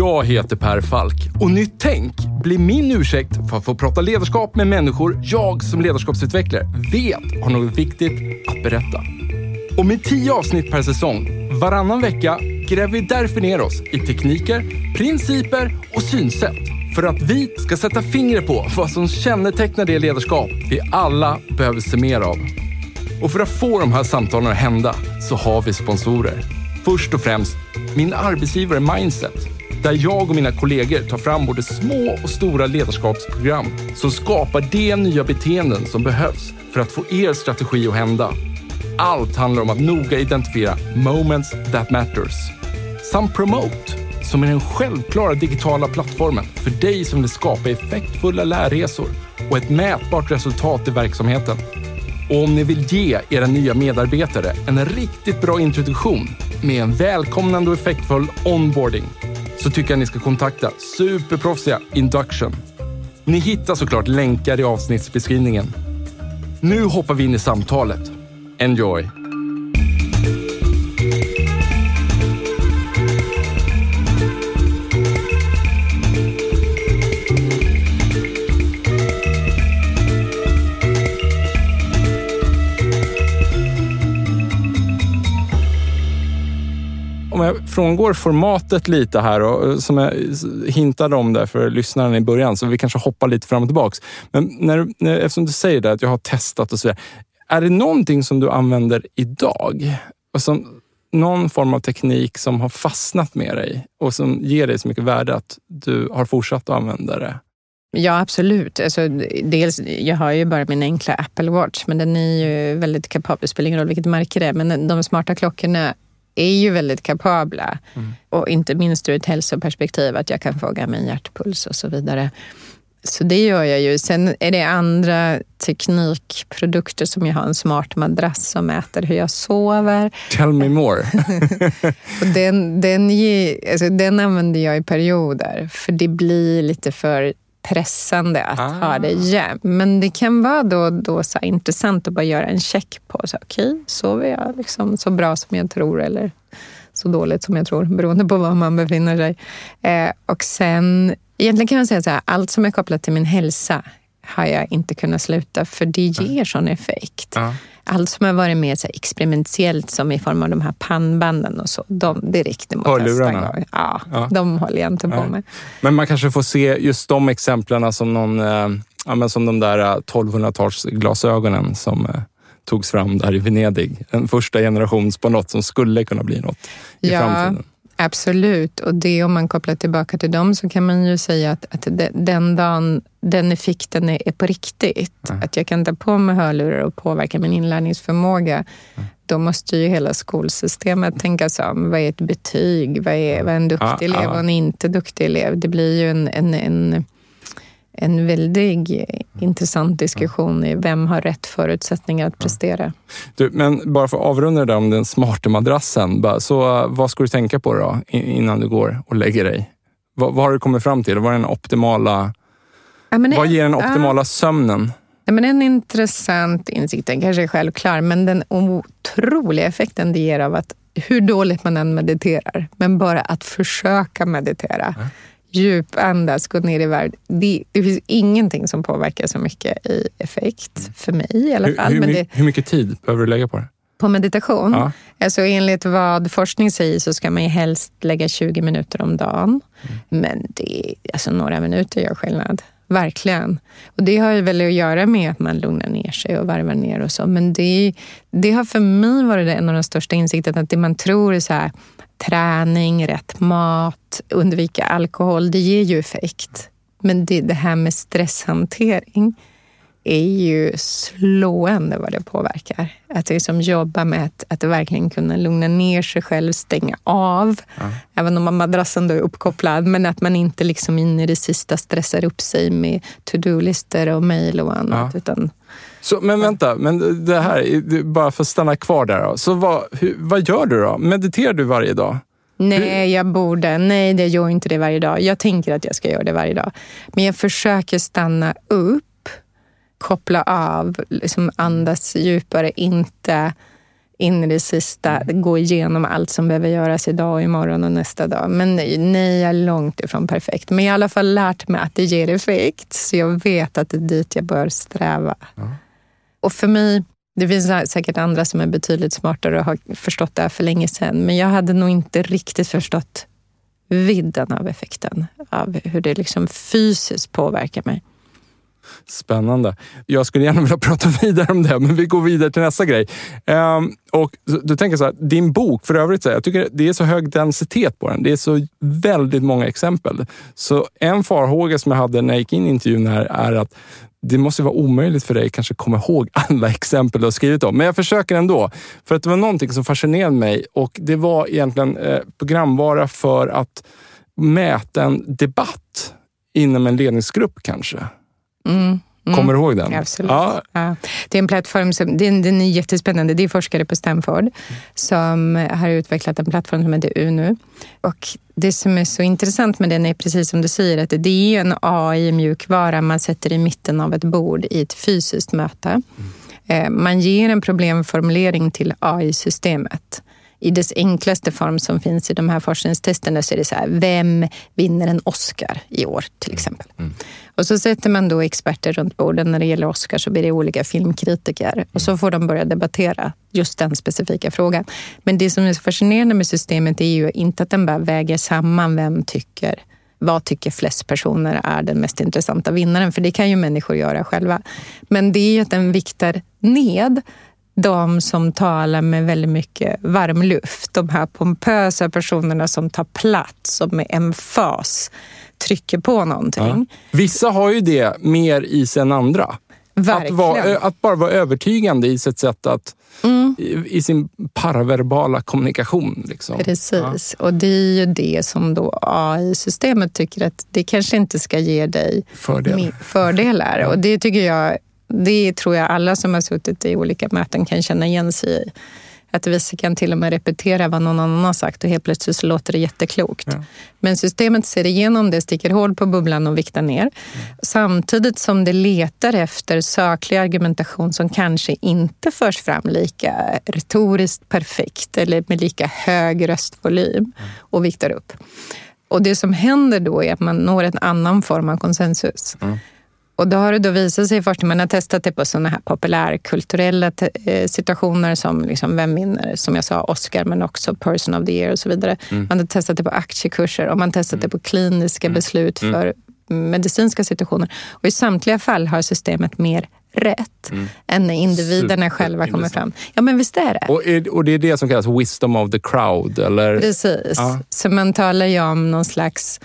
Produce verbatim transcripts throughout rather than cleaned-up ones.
Jag heter Per Falk och Nytt Tänk blir min ursäkt för att få prata ledarskap med människor jag som ledarskapsutvecklare vet har något viktigt att berätta. Och med tio avsnitt per säsong, varannan vecka, gräver vi därför ner oss i tekniker, principer och synsätt för att vi ska sätta fingret på vad som kännetecknar det ledarskap vi alla behöver se mer av. Och för att få de här samtalen att hända så har vi sponsorer. Först och främst min arbetsgivare Mindset, där jag och mina kollegor tar fram både små och stora ledarskapsprogram som skapar de nya beteenden som behövs för att få er strategi att hända. Allt handlar om att noga identifiera moments that matters. Samt Promote, som är den självklara digitala plattformen för dig som vill skapa effektfulla lärresor och ett mätbart resultat i verksamheten. Och om ni vill ge era nya medarbetare en riktigt bra introduktion med en välkomnande och effektfull onboarding så tycker jag ni ska kontakta superproffsiga Induction. Ni hittar såklart länkar i avsnittsbeskrivningen. Nu hoppar vi in i samtalet. Enjoy! Om jag frångår formatet lite här och som jag hintade om där för lyssnarna i början så vi kanske hoppar lite fram och tillbaks. Men när, när, eftersom du säger det att jag har testat och så vidare, är det någonting som du använder idag? Och som, någon form av teknik som har fastnat med dig och som ger dig så mycket värde att du har fortsatt att använda det? Ja, absolut. Alltså, dels, jag har ju bara min enkla Apple Watch, men den är ju väldigt kapabel. Det spelar ingen roll vilket märke det är, men de smarta klockorna är ju väldigt kapabla. Mm. Och inte minst ur ett hälsoperspektiv att jag kan fånga min hjärtpuls och så vidare. Så det gör jag ju. Sen är det andra teknikprodukter som jag har. En smart madrass som mäter hur jag sover. Tell me more. Och den, den, ge, alltså, den använder jag i perioder. För det blir lite för pressande att ah. ha det jämt. Men det kan vara då, då så intressant att bara göra en check på. Så, okej, sover jag liksom så bra som jag tror eller så dåligt som jag tror, beroende på var man befinner sig. Eh, och sen, egentligen kan man säga så här, allt som är kopplat till min hälsa har jag inte kunnat sluta, för det ger mm. sån effekt. Ja. Allt som har varit mer så här experimentellt, som i form av de här pannbanden och så, de, det riktar mot hörlurarna. Ja, ja, de håller jag inte på ja. med. Men man kanske får se just de exemplen som någon, eh, ja, men som de där tolvhundratals-glasögonen som eh, togs fram där i Venedig. En första generations på något som skulle kunna bli något i ja. framtiden. Absolut, och det om man kopplar tillbaka till dem så kan man ju säga att, att den dagen den effekten är, är på riktigt, mm. att jag kan ta på mig hörlurar och påverka min inlärningsförmåga, mm. då måste ju hela skolsystemet tänka sig om, vad är ett betyg, vad är, vad är en duktig ah, elev och en inte duktig elev. Det blir ju en, en, en, en väldigt intressant diskussion i vem har rätt förutsättningar att prestera. Du, men bara för att avrunda det där om den smarta madrassen, så vad ska du tänka på då innan du går och lägger dig? Vad, vad har du kommit fram till? Vad är den optimala, ja, men vad ger den optimala ja. sömnen? Ja, men en intressant insikt, den kanske är självklar, men den otroliga effekten det ger av att hur dåligt man än mediterar, men bara att försöka meditera. Mm. Djupandas, gå ner i värld. Det, det finns ingenting som påverkar så mycket i effekt, för mig i alla fall. Hur, hur, men det, hur mycket tid behöver du lägga på det? På meditation? Ja. Alltså enligt vad forskning säger så ska man ju helst lägga tjugo minuter om dagen. Mm. Men det, alltså några minuter gör skillnad. Verkligen. Och det har ju väl att göra med att man lugnar ner sig och varvar ner och så. Men det, det har för mig varit en av de största insikterna, att det man tror är så här, träning, rätt mat, undvika alkohol, det ger ju effekt. Men det, det här med stresshantering är ju slående vad det påverkar. Att det är som jobba med att, att verkligen kunna lugna ner sig själv, stänga av. Ja. Även om madrassen då är uppkopplad, men att man inte liksom in i det sista stressar upp sig med to-do-lister och mejl och annat. Ja. Utan, så, men vänta, men det här, bara för att stanna kvar där då. Så vad, hur, vad gör du då? Mediterar du varje dag? Nej, jag borde. Nej, jag gör inte det varje dag. Jag tänker att jag ska göra det varje dag. Men jag försöker stanna upp, koppla av, liksom andas djupare, inte, in i det sista, gå igenom allt som behöver göras idag och imorgon och nästa dag. Men nej, nej, jag är långt ifrån perfekt. Men jag har i alla fall lärt mig att det ger effekt. Så jag vet att det är dit jag bör sträva. Mm. Och för mig, det finns säkert andra som är betydligt smartare och har förstått det här för länge sedan. Men jag hade nog inte riktigt förstått vidden av effekten. Av hur det liksom fysiskt påverkar mig. Spännande. Jag skulle gärna vilja prata vidare om det, men vi går vidare till nästa grej. Um, och du tänker så här, din bok för övrigt, så här, jag tycker det är så hög densitet på den. Det är så väldigt många exempel. Så en farhåga som jag hade när jag gick in i intervjun här är att det måste vara omöjligt för dig att kanske komma ihåg alla exempel du har skrivit om. Men jag försöker ändå. För att det var någonting som fascinerade mig, och det var egentligen eh, programvara för att mäta en debatt inom en ledningsgrupp kanske. Mm. Mm. Kommer du ihåg den? Absolut. Ja. Ja. Det är en plattform som, den, den är jättespännande. Det är forskare på Stanford mm. som har utvecklat en plattform som heter U N U. Och det som är så intressant med den är precis som du säger, att det är en A I-mjukvara man sätter i mitten av ett bord i ett fysiskt möte. Mm. Man ger en problemformulering till A I-systemet. I dess enklaste form som finns i de här forskningstesterna så är det så här: vem vinner en Oscar i år till exempel? Mm. Och så sätter man då experter runt borden. När det gäller Oscar så blir det olika filmkritiker. Mm. Och så får de börja debattera just den specifika frågan. Men det som är så fascinerande med systemet är ju inte att den bara väger samman vem tycker, vad tycker flest personer är den mest intressanta vinnaren. För det kan ju människor göra själva. Men det är ju att den viktar ned de som talar med väldigt mycket varm luft. De här pompösa personerna som tar plats och med emfas trycker på någonting. Ja. Vissa har ju det mer i sig än andra. Att, vara, att bara vara övertygande i sitt sätt att mm. i, i sin paraverbala kommunikation. Liksom. Precis. Ja. Och det är ju det som då A I-systemet tycker att det kanske inte ska ge dig Fördel. fördelar. Ja. Och det tycker jag, det tror jag alla som har suttit i olika möten kan känna igen sig i. Att vissa kan till och med repetera vad någon annan har sagt och helt plötsligt så låter det jätteklokt. Ja. Men systemet ser igenom det, sticker hål på bubblan och viktar ner. Mm. Samtidigt som det letar efter saklig argumentation som kanske inte förs fram lika retoriskt perfekt eller med lika hög röstvolym mm. och viktar upp. Och det som händer då är att man når en annan form av konsensus. Mm. Och då har det då visat sig först när man har testat det på sådana här populärkulturella te- situationer som liksom vem vinner, som jag sa, Oscar, men också Person of the Year och så vidare. Mm. Man har testat det på aktiekurser och man har testat mm. det på kliniska mm. beslut för mm. medicinska situationer. Och i samtliga fall har systemet mer rätt mm. än när individerna själva kommer fram. Ja, men visst är det. Och, är, och det är det som kallas wisdom of the crowd, eller? Precis. Ja. Så man talar ju om någon slags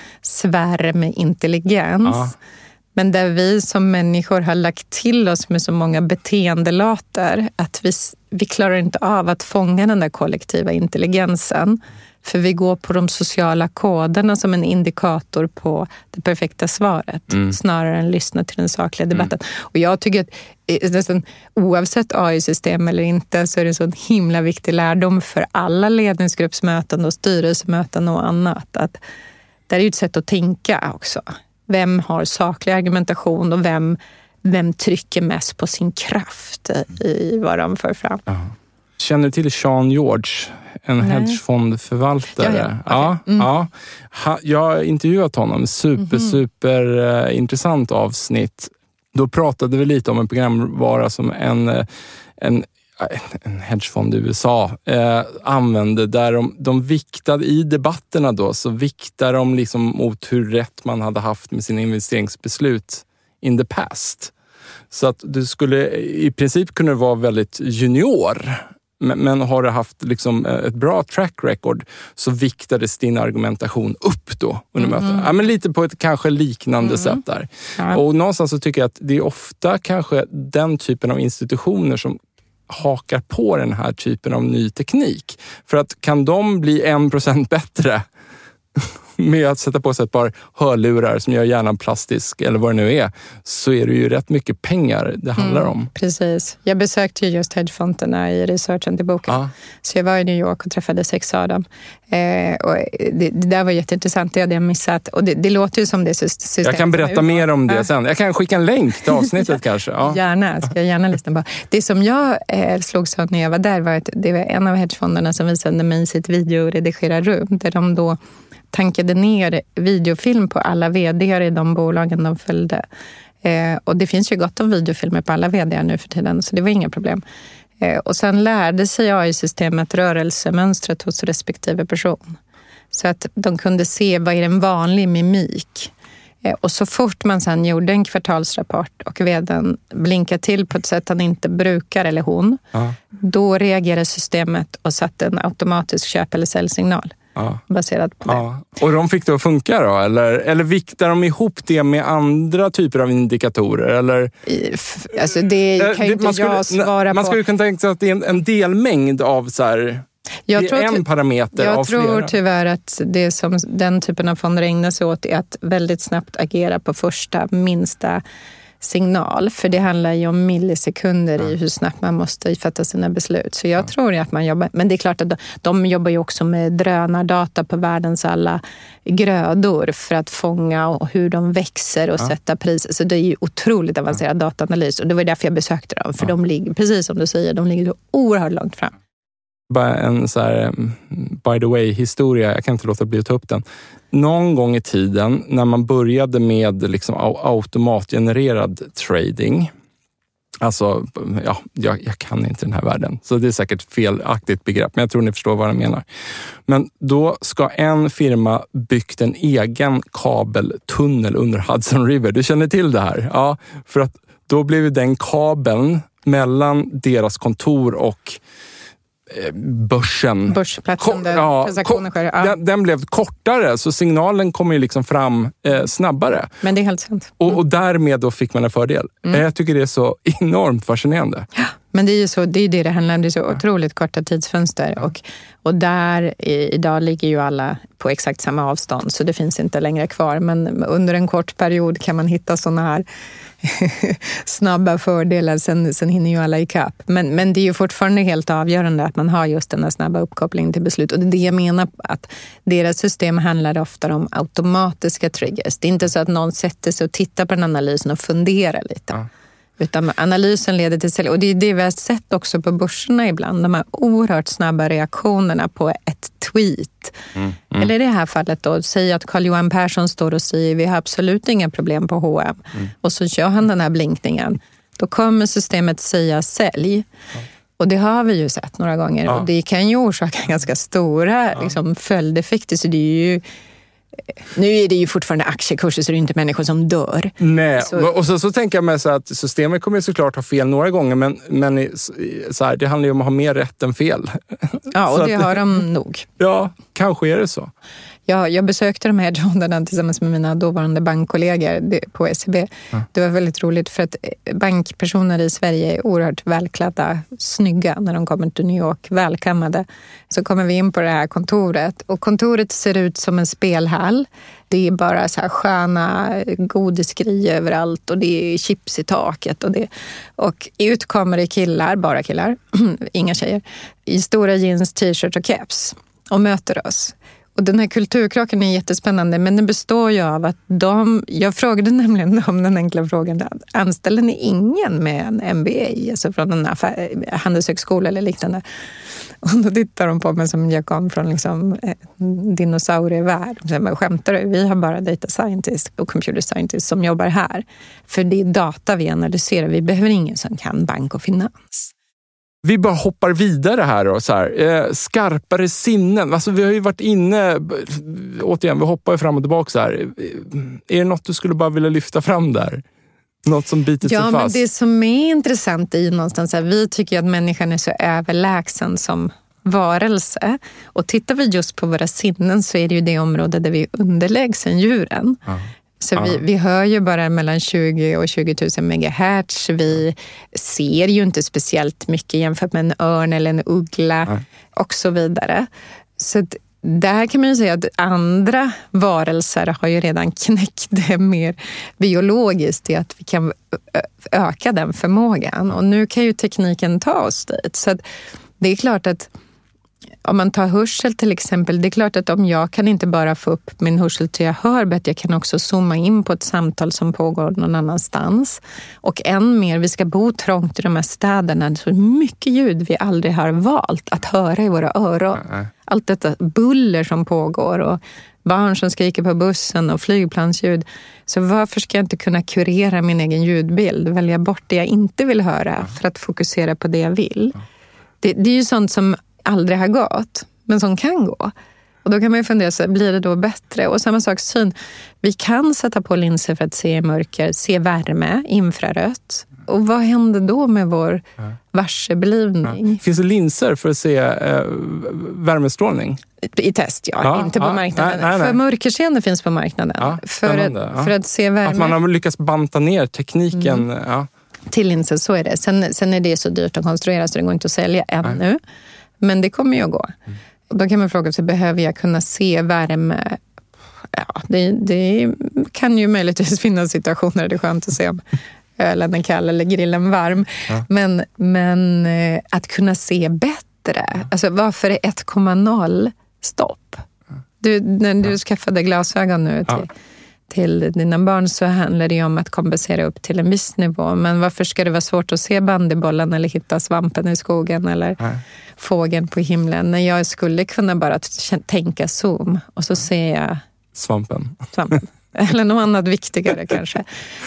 svärmintelligens. Ja. Men där vi som människor har lagt till oss med så många beteendelater att vi, vi klarar inte av att fånga den där kollektiva intelligensen. För vi går på de sociala koderna som en indikator på det perfekta svaret. Mm. Snarare än lyssna till den sakliga debatten. Mm. Och jag tycker att nästan, oavsett A I-system eller inte så är det en sån himla viktig lärdom för alla ledningsgruppsmöten och styrelsemöten och annat. Att det är ju ett sätt att tänka också. Vem har saklig argumentation och vem, vem trycker mest på sin kraft i vad de för fram. Ja. Känner du till Sean George, en Nej. hedgefondförvaltare? Ja, ja. Okay. Mm. ja. Ha, jag har intervjuat honom. Super, mm-hmm. super uh, intressant avsnitt. Då pratade vi lite om en programvara som en, en en hedgefond i U S A eh, använde, där de, de viktade i debatterna då, så viktar de liksom mot hur rätt man hade haft med sina investeringsbeslut in the past. Så att du skulle i princip kunna vara väldigt junior, men, men har du haft liksom ett bra track record så viktades din argumentation upp då under mm. möten. Ja, men lite på ett kanske liknande mm. sätt där. Ja. Och någonstans så tycker jag att det är ofta kanske den typen av institutioner som hakar på den här typen av ny teknik. För att kan de bli en procent bättre med att sätta på sig ett par hörlurar som gör hjärnan plastisk eller vad det nu är, så är det ju rätt mycket pengar det handlar mm, om. Precis. Jag besökte ju just hedgefonderna i researchen till boken. Ja. Så jag var i New York och träffade sex av dem. Eh, och det, det där var jätteintressant, det hade jag missat. Och det, det låter ju som det systemet. Jag kan berätta mer om det sen. Jag kan skicka en länk till avsnittet kanske. Ja. Gärna, ska jag gärna lyssna på. Det som jag eh, slogs av när jag var där var att det var en av hedgefonderna som visade mig sitt videoredigerarrum där de då tankade ner videofilm på alla vd:ar i de bolagen de följde. Eh, och det finns ju gott om videofilmer på alla vd:ar nu för tiden, så det var inga problem. Eh, och sen lärde sig A I-systemet rörelsemönstret hos respektive person. Så att de kunde se vad är en vanlig mimik. Eh, och så fort man sen gjorde en kvartalsrapport och vd:n blinkade till på ett sätt han inte brukar, eller hon, ja. Då reagerade systemet och satte en automatisk köp- eller säljsignal. Ja. Baserat på det. Ja. Och de fick det att funka då? Eller, eller viktar de ihop det med andra typer av indikatorer? Eller? Alltså det kan ju inte skulle, jag svara på. Man skulle kunna tänka sig att det är en, en delmängd av så här, jag tror, en parameter jag av flera. Jag tror tyvärr att det som den typen av fonder ägnar sig åt är att väldigt snabbt agera på första minsta signal, för det handlar ju om millisekunder ja. I hur snabbt man måste fatta sina beslut. Så jag ja. Tror att man jobbar, men det är klart att de, de jobbar ju också med drönardata på världens alla grödor för att fånga och hur de växer och ja. Sätta priser. Så det är ju otroligt avancerad ja. Dataanalys, och det var därför jag besökte dem, för ja. De ligger, precis som du säger, de ligger så oerhört långt fram. Bara en så här by the way historia, jag kan inte låta bli att ta upp den. Någon gång i tiden när man började med liksom automatgenererad trading, alltså ja, jag, jag kan inte den här världen, så det är säkert felaktigt begrepp, men jag tror ni förstår vad jag menar. Men då ska en firma byggt en egen kabeltunnel under Hudson River. Du känner till det här? Ja, för att då blev den kabeln mellan deras kontor och börsen. Börsplatsen där ja, transaktioner sker. Ja. Den, den blev kortare, så signalen kommer ju liksom fram eh, snabbare. Men det är helt sant. Mm. Och, och därmed då fick man en fördel. Mm. Jag tycker det är så enormt fascinerande. Ja, men det är ju så, det är det det handlar om. Det är så ja. Otroligt korta tidsfönster. Ja. Och, och där i, idag ligger ju alla på exakt samma avstånd, så det finns inte längre kvar. Men under en kort period kan man hitta såna här snabba fördelar, sen, sen hinner ju alla ikapp. Men, men det är ju fortfarande helt avgörande att man har just den här snabba uppkopplingen till beslut. Och det är det jag menar, att deras system handlar ofta om automatiska triggers. Det är inte så att någon sätter sig och tittar på den analysen och funderar lite. Ja. Utan analysen leder till sälj. Och det är det vi har sett också på börserna ibland. De här oerhört snabba reaktionerna på ett tweet. Mm, mm. Eller i det här fallet då, säg att Carl-Johan Persson står och säger vi har absolut inga problem på H och M. Mm. Och så kör han den här blinkningen. Då kommer systemet säga sälj. Ja. Och det har vi ju sett några gånger. Ja. Och det kan ju orsaka ganska stora ja. liksom, följdeffekter. Så det är ju... Nu är det ju fortfarande aktiekurser, så det är inte människor som dör. Nej, så... och så, så tänker jag mig så att systemet kommer såklart ha fel några gånger, men, men så här, det handlar ju om att ha mer rätt än fel. Ja, och det att, har de nog. Ja, kanske är det så. Ja, jag besökte de här hedgefonderna tillsammans med mina dåvarande bankkollegor på S E B. Ja. Det var väldigt roligt, för att bankpersoner i Sverige är oerhört välklädda, snygga när de kommer till New York, välkammade. Så kommer vi in på det här kontoret, och kontoret ser ut som en spelhall. Det är bara så här sköna godisgrejer överallt, och det är chips i taket. Och, det, och ut kommer det killar, bara killar, inga tjejer, i stora jeans, t-shirt och caps och möter oss. Och den här kulturkrocken är jättespännande, men den består ju av att de, jag frågade nämligen om den enkla frågan, anställer ni ingen med en M B A, alltså från en affär, handelshögskola eller liknande? Och då tittar de på mig som jag kom från liksom dinosaurievärld. Men skämtar du? Vi har bara data scientist och computer scientist som jobbar här. För det är data vi analyserar, vi behöver ingen som kan bank och finans. Vi bara hoppar vidare här då, så här. Eh, skarpare sinnen. Alltså vi har ju varit inne, återigen, vi hoppar ju fram och tillbaka så här. Är det något du skulle bara vilja lyfta fram där? Något som biter sig ja, fast? Ja, men det som är intressant är någonstans att vi tycker att människan är så överlägsen som varelse. Och tittar vi just på våra sinnen så är det ju det område där vi är underlägsen djuren. Ja. Så vi, vi hör ju bara mellan tjugo och tjugo tusen megahertz. Vi ser ju inte speciellt mycket jämfört med en örn eller en uggla ja. Och så vidare. Så att där kan man ju säga att andra varelser har ju redan knäckt det mer biologiskt i att vi kan öka den förmågan. Och nu kan ju tekniken ta oss dit. Så att det är klart att om man tar hörsel till exempel, det är klart att om jag kan inte bara få upp min hörsel till jag hör bättre, jag kan också zooma in på ett samtal som pågår någon annanstans. Och än mer, vi ska bo trångt i de här städerna, så mycket ljud vi aldrig har valt att höra i våra öron. Mm. Allt detta buller som pågår och barn som skriker på bussen och flygplansljud. Så varför ska jag inte kunna kurera min egen ljudbild, välja bort det jag inte vill höra för att fokusera på det jag vill. Det, det är ju sånt som aldrig har gått, men som kan gå. Och då kan man ju fundera sig, blir det då bättre? Och samma sak syn. Vi kan sätta på linser för att se mörker, se värme, infrarött. Och vad händer då med vår ja. varsebelivning? Ja. Finns det linser för att se eh, värmestrålning? I test, ja. ja inte på ja, marknaden. Nej, nej, nej. För mörkerseende finns på marknaden. Ja, för, att, ja. för att se värme. Att man har lyckats banta ner tekniken. Mm. Ja. Till linser, så är det. Sen, sen är det så dyrt att konstruera så det går inte att sälja ännu. Nej. Men det kommer ju att gå. Mm. Och då kan man fråga sig, behöver jag kunna se värme? Ja, det, det kan ju möjligtvis finnas situationer där det är skönt att se om ölen är kall eller grillen varm. Ja. Men, men att kunna se bättre. Ja. Alltså varför är ett komma noll stopp? Du, när du ja. skaffade glasögon nu till, ja. till dina barn så handlar det ju om att kompensera upp till en viss nivå. Men varför ska det vara svårt att se bandybollen eller hitta svampen i skogen eller ja. fågeln på himlen? När jag skulle kunna bara t- tänka zoom och så ser jag svampen. svampen. Eller något annat viktigare kanske.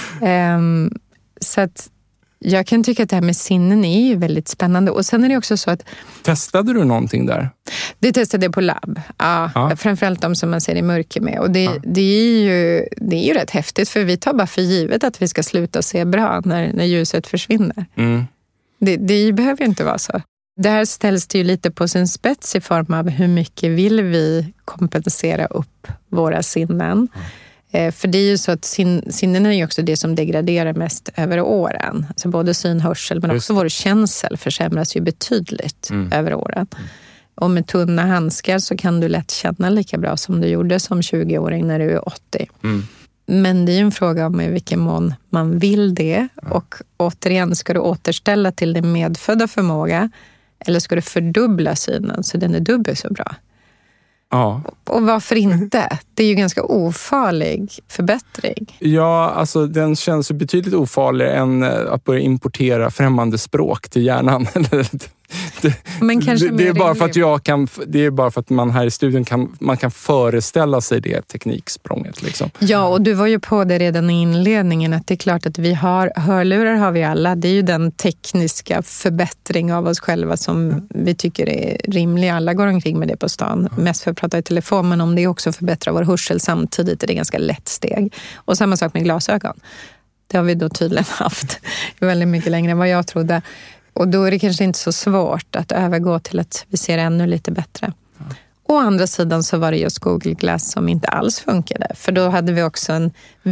Um, så att jag kan tycka att det här med sinnen är ju väldigt spännande. Och sen är det också så att... Testade du någonting där? Det testade jag på labb. Ja, ja. Framförallt de som man ser i mörker med. Och det, ja. det, är ju, det är ju rätt häftigt. För vi tar bara för givet att vi ska sluta se bra när, när ljuset försvinner. Mm. Det, det behöver ju inte vara så. Där ställs det ju lite på sin spets i form av hur mycket vill vi kompensera upp våra sinnen. Mm. För det är ju så att sin, sinnen är ju också det som degraderar mest över åren. Alltså både syn, hörsel men också vår känsel försämras ju betydligt mm. över åren. Mm. Och med tunna handskar så kan du lätt känna lika bra som du gjorde som tjugo-åring när du är åttio. Mm. Men det är ju en fråga om i vilken mån man vill det. Mm. Och återigen, ska du återställa till din medfödda förmåga eller ska du fördubbla synen så den är dubbelt så bra? Ja. Och varför inte? Det är ju ganska ofarlig förbättring. Ja, alltså den känns ju betydligt ofarligare än att börja importera främmande språk till hjärnan. det, Men kanske det, det är bara för att jag kan, det är bara för att man här i studion kan, man kan föreställa sig det tekniksprånget liksom. Ja, och du var ju på det redan i inledningen att det är klart att vi har, hörlurar har vi alla. Det är ju den tekniska förbättring av oss själva som mm. vi tycker är rimlig. Alla går omkring med det på stan. Mm. Mest för att prata i telefon, men om det också förbättrar vår hörsel samtidigt är det ganska lätt steg. Och samma sak med glasögon. Det har vi då tydligen haft väldigt mycket längre än vad jag trodde. Och då är det kanske inte så svårt att övergå till att vi ser ännu lite bättre. Ja. Å andra sidan så var det just Google Glass som inte alls funkade. För då hade vi också en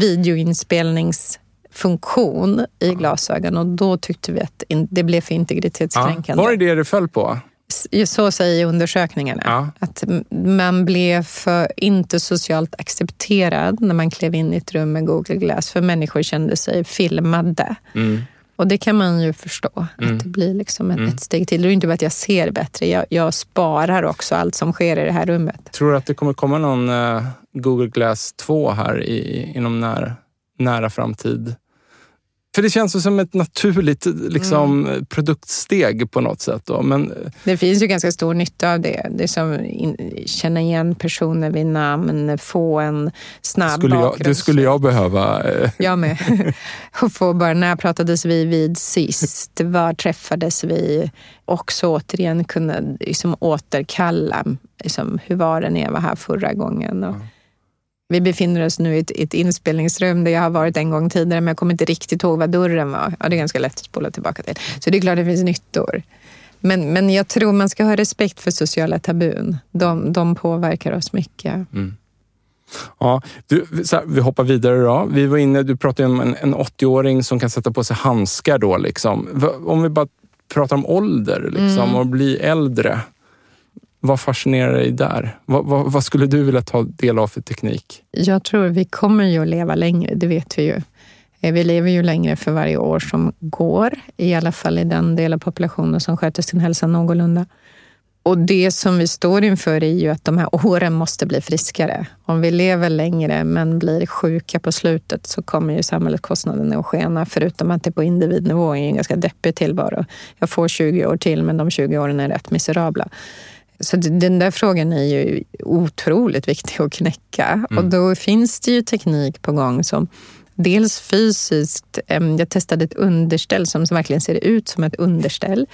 videoinspelningsfunktion i ja. glasögon. Och då tyckte vi att det blev för integritetskränkande. Ja. Var det det det föll på? Så säger undersökningarna. Ja. Att man blev för inte socialt accepterad när man klev in i ett rum med Google Glass. För människor kände sig filmade. Mm. Och det kan man ju förstå. Mm. Att det blir liksom ett, mm. ett steg till. Det är inte bara att jag ser bättre. Jag, jag sparar också allt som sker i det här rummet. Tror du att det kommer komma någon uh, Google Glass två här i, inom när, nära framtid? För det känns som ett naturligt liksom, mm. produktsteg på något sätt. Då. Men... Det finns ju ganska stor nytta av det. Det är som in, känna igen personer vid namn, få en snabb skulle jag, Det skulle jag behöva. Jag med. Och få bara, när pratades vi vid sist? Var träffades vi? Och så återigen kunna liksom, återkalla liksom, hur var det när jag var här förra gången? Och, mm. Vi befinner oss nu i ett, ett inspelningsrum där jag har varit en gång tidigare men jag kommer inte riktigt ihåg vad dörren var. Ja, det är ganska lätt att spola tillbaka till. Så det är klart att det finns nyttor. Men, men jag tror man ska ha respekt för sociala tabun. De, de påverkar oss mycket. Mm. Ja, du, så här, vi hoppar vidare då. Vi var inne, du pratade om en, en åttio-åring som kan sätta på sig handskar då liksom. Om vi bara pratar om ålder liksom, mm. och bli äldre. Vad fascinerar dig där? Vad, vad, vad skulle du vilja ta del av för teknik? Jag tror vi kommer ju att leva längre, det vet vi ju. Vi lever ju längre för varje år som går, i alla fall i den del av populationen som sköter sin hälsa någorlunda. Och det som vi står inför är ju att de här åren måste bli friskare. Om vi lever längre men blir sjuka på slutet så kommer ju samhällskostnaden att skena, förutom att det på individnivå är en ganska deppig tillvaro. Jag får tjugo år till, men de tjugo åren är rätt miserabla. Så den där frågan är ju otroligt viktig att knäcka. Mm. Och då finns det ju teknik på gång som dels fysiskt, jag testade ett underställ som verkligen ser ut som ett underställ.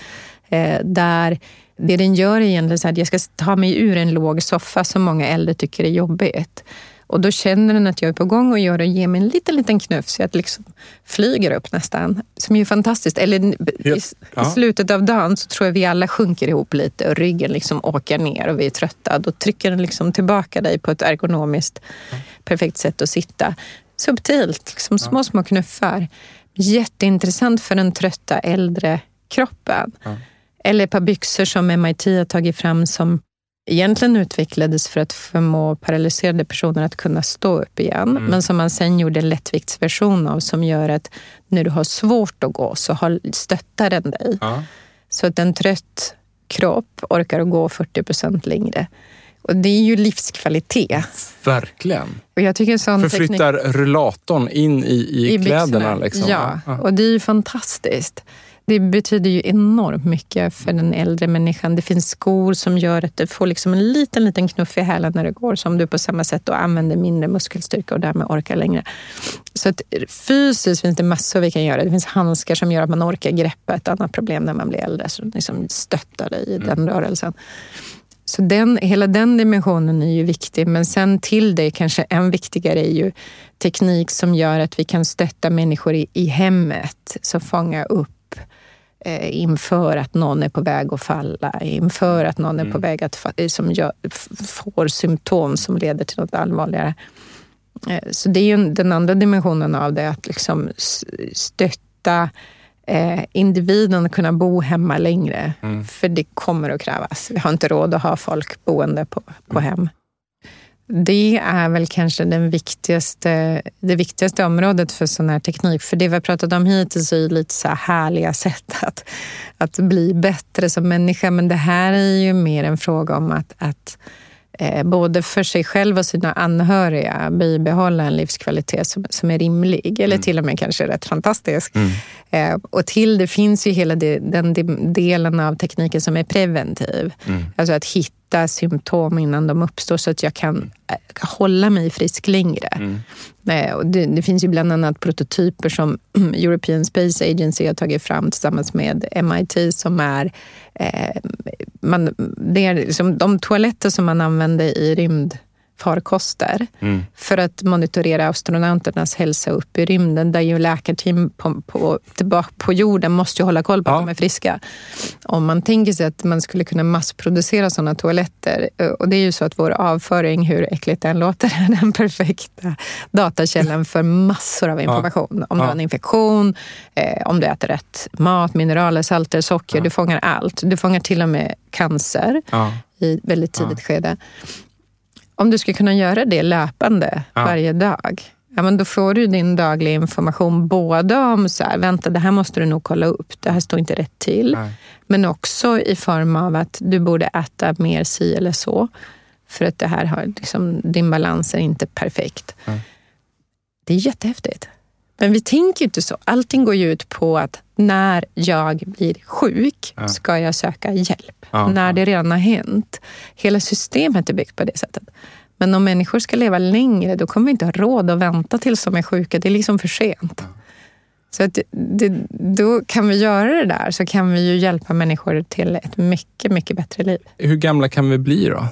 Där det den gör är egentligen så att jag ska ta mig ur en låg soffa som många äldre tycker är jobbigt. Och då känner den att jag är på gång och gör och ger mig en liten, liten knuff så att liksom flyger upp nästan. Som är fantastiskt. Eller i, i slutet av dagen så tror jag vi alla sjunker ihop lite och ryggen liksom åker ner och vi är trötta. Då trycker den liksom tillbaka dig på ett ergonomiskt perfekt sätt att sitta. Subtilt, liksom små, små knuffar. Jätteintressant för den trötta äldre kroppen. Ja. Eller ett par byxor som M I T har tagit fram som egentligen utvecklades för att förmå paralyserade personer att kunna stå upp igen. Mm. Men som man sen gjorde en lättviktsversion av som gör att när du har svårt att gå så stöttar den dig. Ja. Så att en trött kropp orkar att gå fyrtio procent längre. Och det är ju livskvalitet. Verkligen. Och jag tycker sån Förflyttar teknik... rullatorn in i, i, I kläderna. Liksom. Ja, ja, och det är ju fantastiskt. Det betyder ju enormt mycket för den äldre människan. Det finns skor som gör att du får liksom en liten, liten knuff i hälen när det går. Som du på samma sätt då använder mindre muskelstyrka och därmed orkar längre. Så att fysiskt finns det massor vi kan göra. Det finns handskar som gör att man orkar greppa ett annat problem när man blir äldre. Så liksom stöttar dig i mm. den rörelsen. Så den, hela den dimensionen är ju viktig. Men sen till det kanske än viktigare är ju teknik som gör att vi kan stötta människor i, i hemmet. Så fånga upp inför att någon är på väg att falla, inför att någon är på väg att som gör, får symptom som leder till något allvarligare. Så det är ju den andra dimensionen av det, att liksom stötta eh, individen att kunna bo hemma längre. Mm. För det kommer att krävas. Vi har inte råd att ha folk boende på, på hem. Det är väl kanske den viktigaste, det viktigaste området för sån här teknik. För det vi har pratat om hittills är lite så här härliga sätt att, att bli bättre som människa. Men det här är ju mer en fråga om att, att eh, både för sig själv och sina anhöriga bibehålla en livskvalitet som, som är rimlig. Eller mm. till och med kanske rätt fantastisk. Mm. Eh, och till det finns ju hela det, den delen av tekniken som är preventiv. Mm. Alltså att hitta symptom innan de uppstår så att jag kan hålla mig frisk längre. Mm. Och det, det finns ju bland annat prototyper som European Space Agency har tagit fram tillsammans med M I T som är, eh, man, det är liksom de toaletter som man använder i rymdfarkoster mm. för att monitorera astronauternas hälsa upp i rymden, där ju läkarteam på, på, tillbaka på jorden måste ju hålla koll på ja. att de är friska. Om man tänker sig att man skulle kunna massproducera sådana toaletter, och det är ju så att vår avföring, hur äckligt den låter, är den perfekta datakällan för massor av information. Ja. Om du ja. har en infektion, eh, om du äter rätt mat, mineraler, salter, socker, ja. du fångar allt. Du fångar till och med cancer ja. i väldigt tidigt ja. skede. Om du ska kunna göra det löpande ja. varje dag, ja, men då får du din dagliga information både om så här, vänta, det här måste du nog kolla upp, det här står inte rätt till. Nej. Men också i form av att du borde äta mer si eller så. För att det här har liksom, din balans är inte perfekt. Nej. Det är jättehäftigt. Men vi tänker ju inte så. Allting går ju ut på att när jag blir sjuk ja. ska jag söka hjälp. Ja, när ja. det redan har hänt. Hela systemet är byggt på det sättet. Men om människor ska leva längre, då kommer vi inte ha råd att vänta tills de är sjuka. Det är liksom för sent. Ja. Så att det, då kan vi göra det där, så kan vi ju hjälpa människor till ett mycket, mycket bättre liv. Hur gamla kan vi bli då?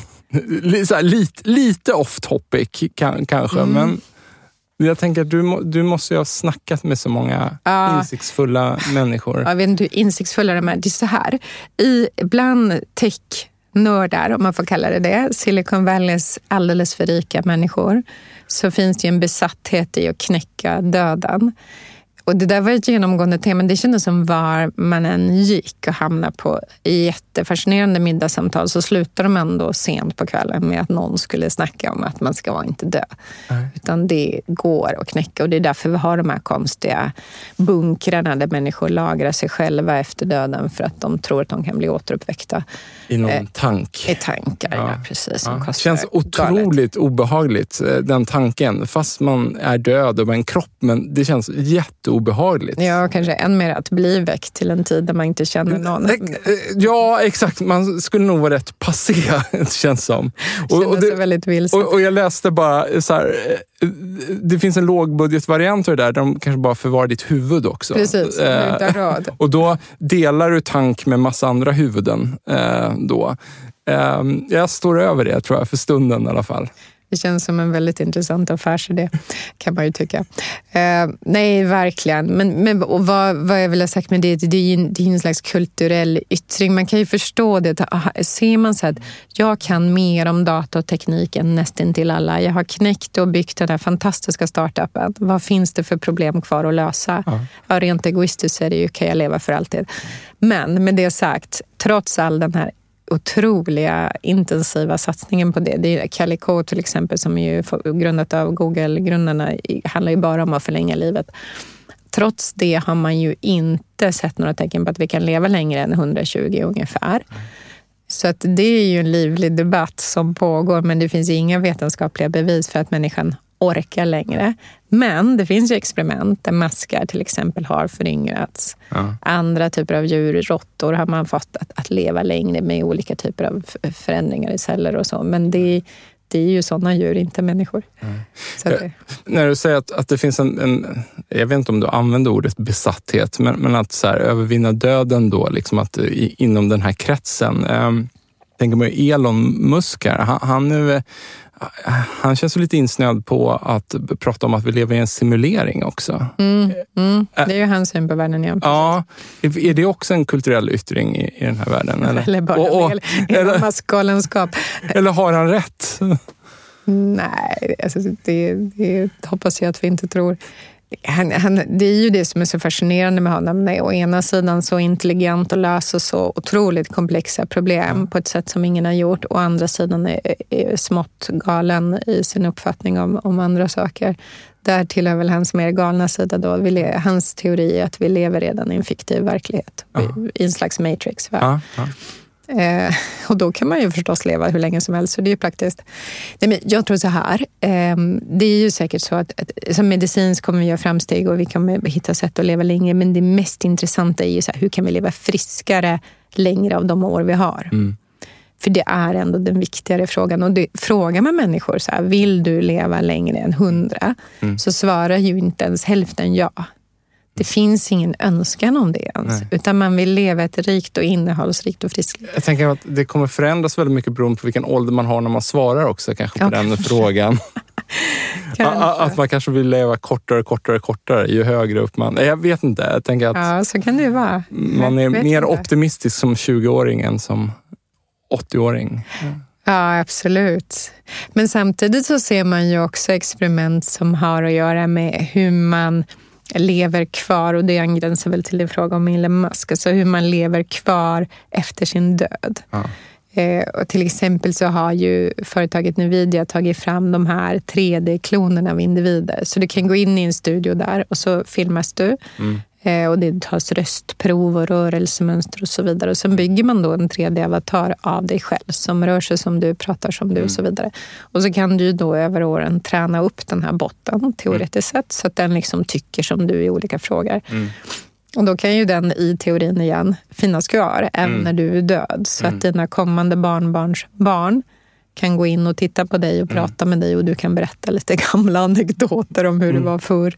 lite, lite off topic kan, kanske, mm. men... Jag tänker att du, du måste ju ha snackat med så många ja. insiktsfulla människor. Jag vet inte hur insiktsfulla de är. Det är så här. I, bland tech-nördar, om man får kalla det det, Silicon Valleys alldeles för rika människor, så finns det ju en besatthet i att knäcka döden. Och det där var ett genomgående tema. Det kändes som var man än gick och hamnade på jättefascinerande middagssamtal så slutade de ändå sent på kvällen med att någon skulle snacka om att man ska inte dö. Mm. Utan det går att knäcka och det är därför vi har de här konstiga bunkrarna där människor lagrar sig själva efter döden för att de tror att de kan bli återuppväckta. I någon eh, tank. I tankar, ja, ja precis. Som ja. Känns otroligt galet. Obehagligt, den tanken. Fast man är död och med en kropp, men det känns jätteobehagligt. Ja, kanske än mer att bli väckt till en tid där man inte känner någon. Ja, exakt. Man skulle nog vara rätt passé, det känns som. Och, och, det, väldigt vilset. och, och jag läste bara så här, det finns en lågbudgetvariant där, där de kanske bara förvarar ditt huvud också. Precis, eh, rad. Och då delar du tank med massa andra huvuden eh, då. Eh, jag står över det, tror jag, för stunden i alla fall. Det känns som en väldigt intressant affärsidé, kan man ju tycka. Eh, nej, verkligen. Men, men och vad, vad jag vill ha sagt med det, det är ju det är en slags kulturell yttring. Man kan ju förstå det. Ser man så att jag kan mer om data och teknik än nästan till alla. Jag har knäckt och byggt den här fantastiska startupen. Vad finns det för problem kvar att lösa? Ja. Ja, rent egoistiskt är det ju, kan jag leva för alltid. Men med det sagt, trots all den här otroliga intensiva satsningen på det. Det är Calico till exempel som är ju grundat av Google-grundarna, handlar ju bara om att förlänga livet. Trots det har man ju inte sett några tecken på att vi kan leva längre än hundratjugo ungefär. Så att det är ju en livlig debatt som pågår, men det finns inga vetenskapliga bevis för att människan orkar längre. Men det finns ju experiment där maskar till exempel har föryngrats. Ja. Andra typer av djur, råttor, har man fått att, att leva längre med olika typer av förändringar i celler och så. Men det, det är ju sådana djur, inte människor. Mm. Så att det... När du säger att, att det finns en, en, jag vet inte om du använder ordet besatthet, men, men att så här, övervinna döden då, liksom att i, inom den här kretsen. Um, tänker man ju Elon Musk här, han, han nu... Han känns lite insnöad på att prata om att vi lever i en simulering också. Mm, mm. Det är ju hans syn på världen igen. Ja, är det också en kulturell yttring i, i den här världen? Eller, eller bara och, och, eller, massgalenskap. Eller har han rätt? Nej, alltså det, det hoppas jag att vi inte tror. Han, han, det är ju det som är så fascinerande med honom. Å ena sidan så intelligent och löser så otroligt komplexa problem mm. på ett sätt som ingen har gjort. Å andra sidan är, är smått galen i sin uppfattning om, om andra saker. Där tillhör väl hans mer galna sida då. Vi le, hans teori är att vi lever redan i en fiktiv verklighet. Mm. I en slags matrix. Mm. Mm. Eh, och då kan man ju förstås leva hur länge som helst, så det är ju praktiskt. Nej, men jag tror så här, eh, det är ju säkert så att, att som medicins kommer vi göra framsteg och vi kommer hitta sätt att leva längre, men det mest intressanta är ju så här, hur kan vi leva friskare längre av de år vi har? Mm. För det är ändå den viktigare frågan. Och det, frågar man människor så här, vill du leva längre än hundra? Mm. Så svarar ju inte ens hälften ja. Det finns ingen önskan om det ens. Nej. Utan man vill leva ett rikt och innehållsrikt och friskt liv. Jag tänker att det kommer förändras väldigt mycket beroende på vilken ålder man har när man svarar också. Kanske på ja, den kanske. Frågan. kanske. Att man kanske vill leva kortare, kortare, kortare ju högre upp man... Jag vet inte. Jag tänker att ja, så kan det vara. Man är mer inte. optimistisk som tjugo-åring än som åttio-åring. Ja. Ja, absolut. Men samtidigt så ser man ju också experiment som har att göra med hur man lever kvar, och det angränsar väl till din fråga om Elon Musk, alltså hur man lever kvar efter sin död. Ja. Eh, och till exempel så har ju företaget Nvidia tagit fram de här tre D-klonerna av individer. Så du kan gå in i en studio där och så filmas du. Mm. Eh, och det tas röstprov och rörelsemönster och så vidare. Och sen bygger man då en tre D-avatar av dig själv som rör sig som du, pratar som du mm. och så vidare. Och så kan du ju då över åren träna upp den här botten teoretiskt mm. sett, så att den liksom tycker som du i olika frågor. Mm. Och då kan ju den i teorin igen finnas kvar även mm. när du är död. Så mm. att dina kommande barnbarns barn kan gå in och titta på dig och mm. prata med dig, och du kan berätta lite gamla anekdoter om hur mm. det var förr.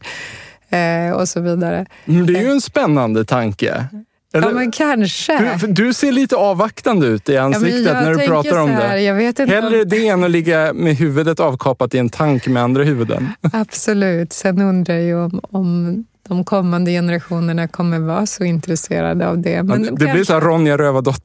Eh, och så vidare. Det är ju en spännande tanke. Eller? Ja, men kanske. Du, du ser lite avvaktande ut i ansiktet ja, när du pratar om här, det. Jag vet inte Hellre om... det än att ligga med huvudet avkapat i en tank med andra huvuden. Absolut. Sen undrar jag om, om de kommande generationerna kommer vara så intresserade av det. Men det kanske... blir så här Ronja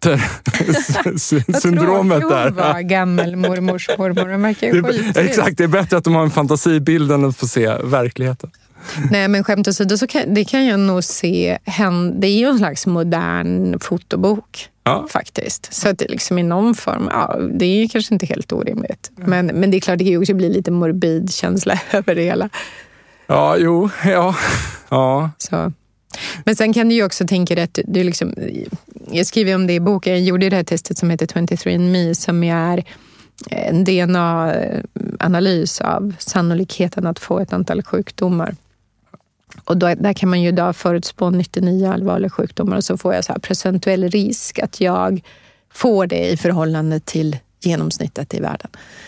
Rövardotter-syndromet där. Hon var gammal mormors mormor. De verkar det, exakt, det är bättre att de har en fantasibild än att få se verkligheten. Nej, men skämt åsido så kan, det kan jag nog se hända. Det är ju en slags modern fotobok. Ja. Faktiskt. Så att det liksom i någon form, ja, det är ju kanske inte helt orimligt. Mm. Men, men det är klart, det kan ju också bli lite morbid känsla över det hela. Ja, jo, ja. ja. Så. Men sen kan du ju också tänka att du liksom, jag skriver om det i boken, jag gjorde det här testet som heter twenty-three and me som är en D N A-analys av sannolikheten att få ett antal sjukdomar. Och då, där kan man ju idag förutspå nittionio allvarliga sjukdomar och så får jag så här procentuell risk att jag får det i förhållande till genomsnittet i världen.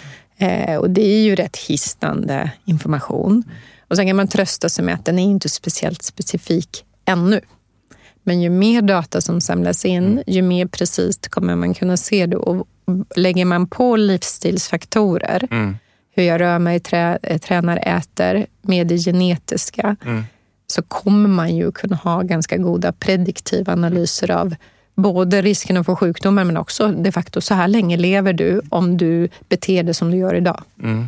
Eh, och det är ju rätt hisnande information. Och sen kan man trösta sig med att den är inte speciellt specifik ännu. Men ju mer data som samlas in, ju mer precis kommer man kunna se det. Och lägger man på livsstilsfaktorer, mm. hur jag rör mig, trä, tränar, äter, med det genetiska, mm. så kommer man ju kunna ha ganska goda prediktiva analyser av både risken att få sjukdomar men också de facto så här länge lever du om du beter dig som du gör idag. Mm.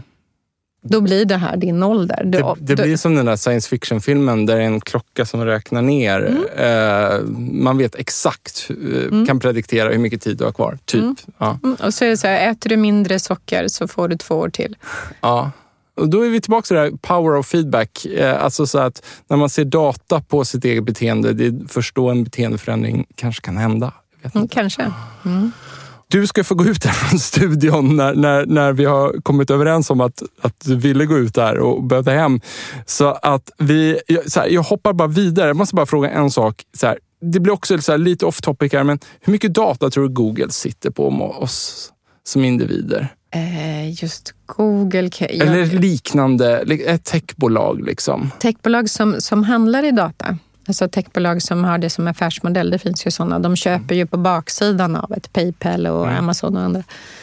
Då blir det här din ålder. Du, det det du, blir som den där science fiction-filmen där det är en klocka som räknar ner. Mm. Eh, man vet exakt, eh, mm. kan prediktera hur mycket tid du har kvar. Typ. Mm. Ja. Mm. Och så är det så här, äter du mindre socker så får du två år till. Ja. Och då är vi tillbaka till det här power of feedback. Eh, alltså så att när man ser data på sitt eget beteende, det är först då en beteendeförändring kanske kan hända. Jag vet inte. Mm, kanske. Mm. Du ska få gå ut där från studion när, när, när vi har kommit överens om att, att du ville gå ut där och börja hem. Så att vi, så här, jag hoppar bara vidare. Jag måste bara fråga en sak. Så här, det blir också så här, lite off topic här, men hur mycket data tror du Google sitter på om oss som individer? Eh, just Google... Jag... Eller liknande, ett techbolag liksom. Techbolag som, som handlar i data. Alltså techbolag som har det som affärsmodell, det finns ju sådana. De köper ju på baksidan av ett PayPal och mm. Amazon och andra.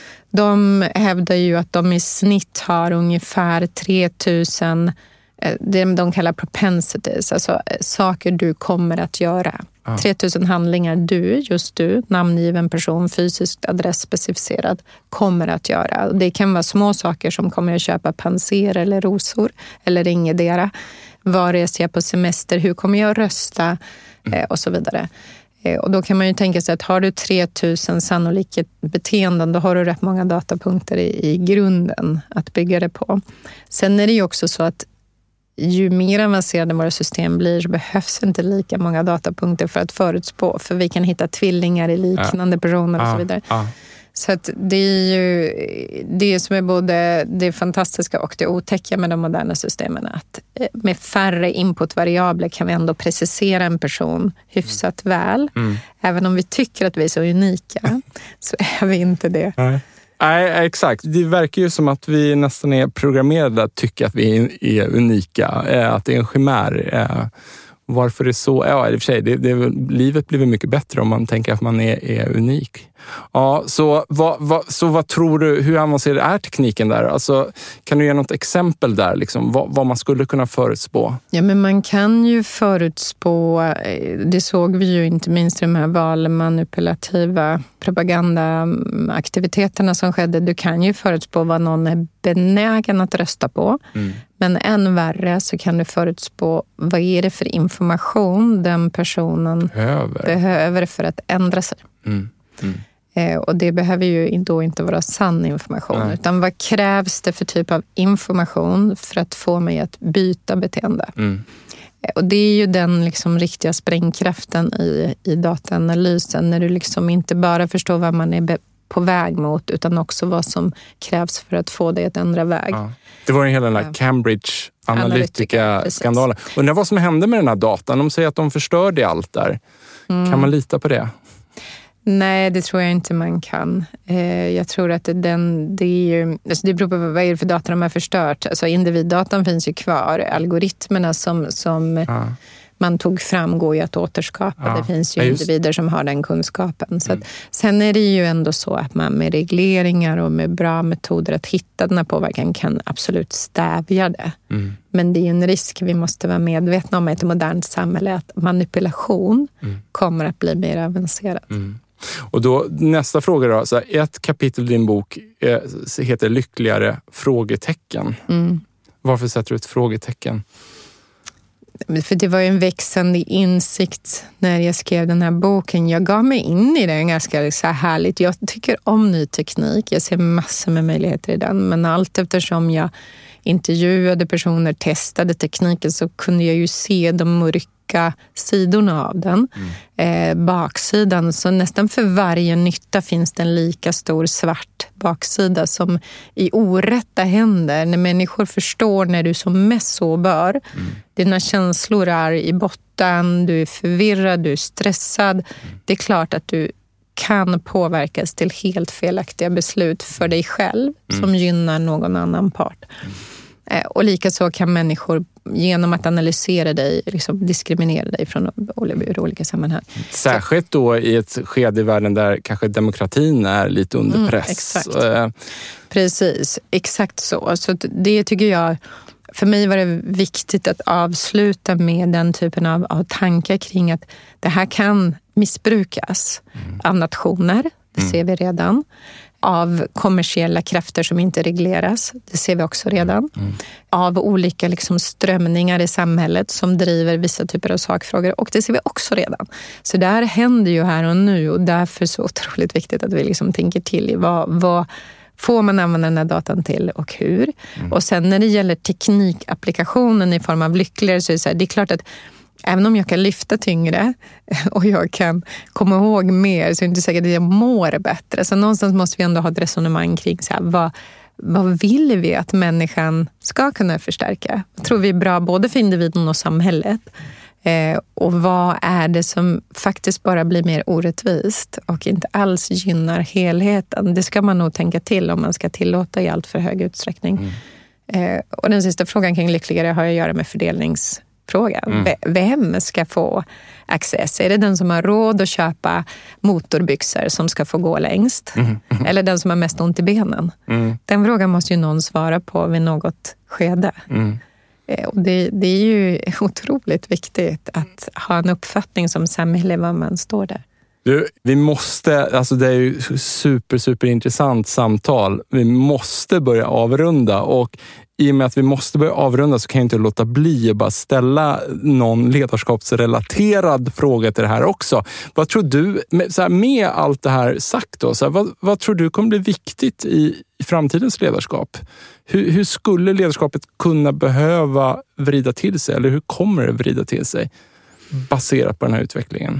De hävdar ju att de i snitt har ungefär tre tusen, det de kallar propensities, alltså saker du kommer att göra. Mm. tre tusen handlingar du, just du, namngiven person, fysiskt adress specificerad, kommer att göra. Det kan vara små saker som kommer att köpa panser eller rosor eller ingetdera. Var reser jag på semester? Hur kommer jag rösta? Eh, och så vidare. Eh, och då kan man ju tänka sig att har du tre tusen sannolika beteenden, då har du rätt många datapunkter i, i grunden att bygga det på. Sen är det ju också så att ju mer avancerade våra system blir så behövs inte lika många datapunkter för att förutspå. För vi kan hitta tvillingar i liknande ja. personer och så vidare. Ja. Ja. Så att det är ju det som är både det fantastiska och det otäcka med de moderna systemen. Att med färre inputvariabler kan vi ändå precisera en person hyfsat väl. Mm. Även om vi tycker att vi är så unika så är vi inte det. Nej. Nej, exakt. Det verkar ju som att vi nästan är programmerade att tycka att vi är unika. Att det är en chimär. Varför det är så? Ja, i och för sig, det, det, livet blir mycket bättre om man tänker att man är, är unik. Ja, så vad, vad, så vad tror du, hur avancerad är tekniken där? Alltså, kan du ge något exempel där, liksom, vad, vad man skulle kunna förutspå? Ja, men man kan ju förutspå, det såg vi ju inte minst i de här valmanipulativa propagandaaktiviteterna som skedde. Du kan ju förutspå vad någon är benägen att rösta på. Mm. Men än värre så kan du förutspå vad är det för information den personen behöver, behöver för att ändra sig. Mm. Mm. Eh, och det behöver ju då inte vara sann information. Nej. Utan vad krävs det för typ av information för att få mig att byta beteende? Mm. Eh, och det är ju den liksom riktiga sprängkraften i, i dataanalysen. När du liksom inte bara förstår vad man är be- på väg mot utan också vad som krävs för att få det att ändra väg. Ja. Det var ju hela den här Cambridge Analytica-skandalen. Undrar vad som hände med den här datan. De säger att de förstörde allt där. Mm. Kan man lita på det? Nej, det tror jag inte man kan. Jag tror att den, det är ju, alltså det beror på vad är det för data de har förstört. Alltså individdatan finns ju kvar. Algoritmerna som, som ja. man tog fram går ju att återskapa. Ja. Det finns ju ja, individer som har den kunskapen. Så mm. att, sen är det ju ändå så att man med regleringar och med bra metoder att hitta den här påverkan kan absolut stävja det. Mm. Men det är ju en risk vi måste vara medvetna om i ett modernt samhälle att manipulation mm. kommer att bli mer avancerad. Mm. Och då nästa fråga då, så här, ett kapitel i din bok eh, heter Lyckligare frågetecken. Mm. Varför sätter du ett frågetecken? För det var ju en växande insikt när jag skrev den här boken. Jag gav mig in i den ganska så här härligt. Jag tycker om ny teknik. Jag ser massor med möjligheter i den. Men allt eftersom jag intervjuade personer, testade tekniken, så kunde jag ju se de mörka sidorna av den. Mm. Eh, baksidan. Så nästan för varje nytta finns det en lika stor svart baksida som i orätta händer. När människor förstår när du är som mest sårbar. Mm. Dina känslor är i botten. Du är förvirrad, du är stressad. Mm. Det är klart att du kan påverkas till helt felaktiga beslut för dig själv. Mm. Som gynnar någon annan part. Mm. Och likaså kan människor genom att analysera dig liksom diskriminera dig från ur olika sammanhang. Särskilt då i ett skede i världen där kanske demokratin är lite under mm, press. Exakt. Precis, exakt så. Så det tycker jag, för mig var det viktigt att avsluta med den typen av, av tankar kring att det här kan missbrukas mm. av nationer, det mm. ser vi redan. Av kommersiella krafter som inte regleras, det ser vi också redan. Mm. Av olika liksom strömningar i samhället som driver vissa typer av sakfrågor, och det ser vi också redan. Så det här händer ju här och nu, och därför är det så otroligt viktigt att vi liksom tänker till i vad, vad får man använda den här datan till och hur. Mm. Och sen när det gäller teknikapplikationen i form av lyckligare, så är det så här, det är klart att även om jag kan lyfta tyngre och jag kan komma ihåg mer, så är det inte säkert att jag mår bättre. Så någonstans måste vi ändå ha ett resonemang kring så här, vad, vad vill vi att människan ska kunna förstärka? Jag tror vi är bra både för individen och samhället. Eh, och vad är det som faktiskt bara blir mer orättvist och inte alls gynnar helheten? Det ska man nog tänka till om man ska tillåta i allt för hög utsträckning. Mm. Eh, och den sista frågan kring lyckligare har att göra med fördelnings fråga. Mm. Vem ska få access? Är det den som har råd att köpa motorbyxor som ska få gå längst? Mm. Mm. Eller den som har mest ont i benen? Mm. Den frågan måste ju någon svara på vid något skede. Mm. Och det, det är ju otroligt viktigt att ha en uppfattning som samhälle var man står där. Du, vi måste, alltså det är ju super, super intressant samtal. Vi måste börja avrunda, och i och med att vi måste börja avrunda så kan jag inte låta bli att bara ställa någon ledarskapsrelaterad fråga till det här också. Vad tror du, med, så här, med allt det här sagt då, så här, vad, vad tror du kommer bli viktigt i, i framtidens ledarskap? Hur, hur skulle ledarskapet kunna behöva vrida till sig, eller hur kommer det vrida till sig baserat på den här utvecklingen?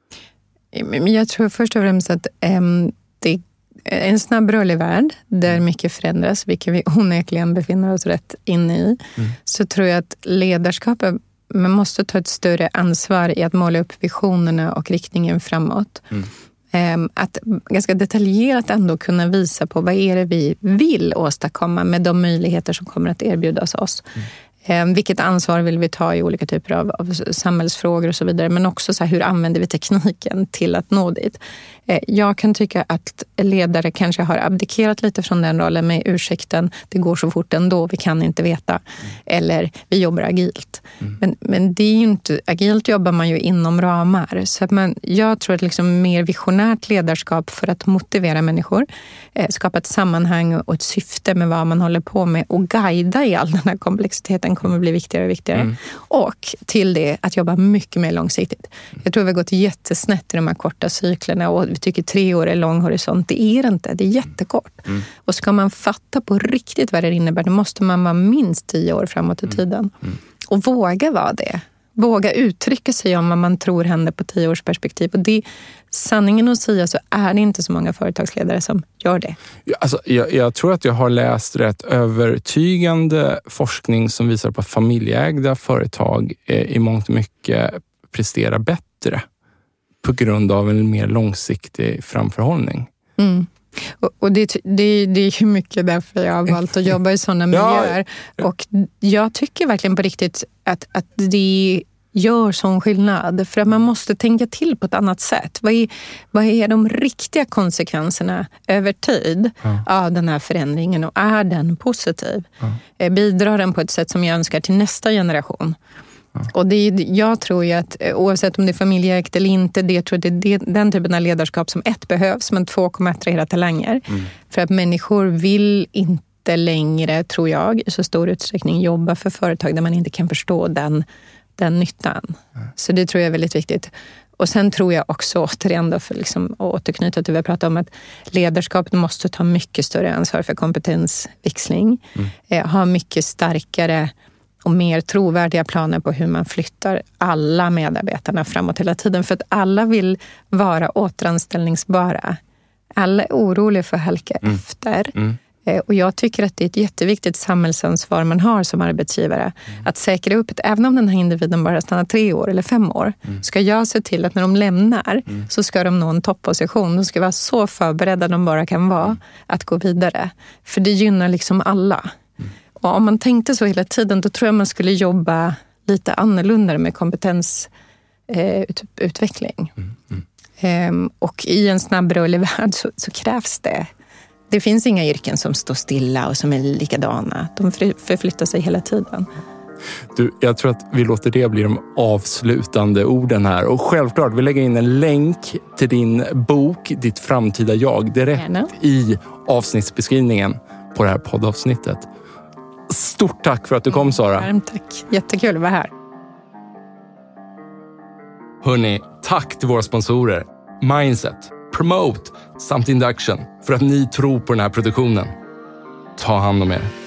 Men jag tror först och främst att äm, det är en snabb rörlig värld där mycket förändras, vilket vi onekligen befinner oss rätt inne i. Mm. Så tror jag att ledarskapet, man måste ta ett större ansvar i att måla upp visionerna och riktningen framåt. Mm. Äm, att ganska detaljerat ändå kunna visa på vad är det vi vill åstadkomma med de möjligheter som kommer att erbjudas oss. Mm. Vilket ansvar vill vi ta i olika typer av, av samhällsfrågor och så vidare. Men också så här, hur använder vi tekniken till att nå dit? Jag kan tycka att ledare kanske har abdikerat lite från den rollen med ursäkten. Det går så fort ändå, vi kan inte veta. Mm. Eller vi jobbar agilt. Mm. Men, men det är ju inte, agilt jobbar man ju inom ramar. Så att man, jag tror att liksom mer visionärt ledarskap för att motivera människor. Eh, skapa ett sammanhang och ett syfte med vad man håller på med. Och guida i all den här komplexiteten kommer bli viktigare och viktigare. Mm. Och till det att jobba mycket mer långsiktigt. Jag tror vi har gått jättesnett i de här korta cyklerna, och vi tycker tre år är lång horisont. Det är det inte, det är jättekort. Mm. Och ska man fatta på riktigt vad det innebär, då måste man vara minst tio år framåt i tiden. Mm. Mm. Och våga vara det. Våga uttrycka sig om vad man tror händer på tio års perspektiv. Och det, sanningen att säga, så är det inte så många företagsledare som gör det. Alltså, jag, jag tror att jag har läst rätt övertygande forskning som visar på att familjeägda företag eh, i mångt och mycket presterar bättre på grund av en mer långsiktig framförhållning. Mm. Och, och det, det, det är ju mycket därför jag har valt att jobba i sådana miljöer. Ja. Och jag tycker verkligen på riktigt att, att det gör sån skillnad. För att man måste tänka till på ett annat sätt. Vad är, vad är de riktiga konsekvenserna över tid ja. av den här förändringen? Och är den positiv? Ja. Bidrar den på ett sätt som jag önskar till nästa generation? Ja. Och det är, jag tror ju att oavsett om det är familjeägt eller inte, det tror jag det är den typen av ledarskap som ett behövs, men två kommer att attrahera talanger. Mm. För att människor vill inte längre, tror jag, i så stor utsträckning jobba för företag där man inte kan förstå den den nyttan. Mm. Så det tror jag är väldigt viktigt. Och sen tror jag också, återigen då, för liksom att återknyta till vad jag pratade om, att ledarskapet måste ta mycket större ansvar för kompetensväxling. Mm. Eh, ha mycket starkare och mer trovärdiga planer på hur man flyttar alla medarbetarna framåt hela tiden. För att alla vill vara återanställningsbara. Alla är oroliga för att halka mm. efter. Mm. Och jag tycker att det är ett jätteviktigt samhällsansvar man har som arbetsgivare. Mm. Att säkra upp att även om den här individen bara stannar tre år eller fem år, mm. ska jag se till att när de lämnar mm. så ska de nå en topposition. De ska vara så förberedda de bara kan vara mm. att gå vidare. För det gynnar liksom alla. Mm. Och om man tänkte så hela tiden, då tror jag man skulle jobba lite annorlunda med kompetensutveckling. Eh, mm. Mm. Ehm, och i en snabbrörlig värld så, så krävs det. Det finns inga yrken som står stilla och som är likadana. De förflyttar sig hela tiden. Du, jag tror att vi låter det bli de avslutande orden här. Och självklart, vi lägger in en länk till din bok, Ditt framtida jag, direkt Gärna. I avsnittsbeskrivningen på det här poddavsnittet. Stort tack för att du kom, Sara. Varmt tack. Jättekul att vara här. Hörrni, tack till våra sponsorer. Mindset, Promote samt Induction för att ni tror på den här produktionen. Ta hand om er.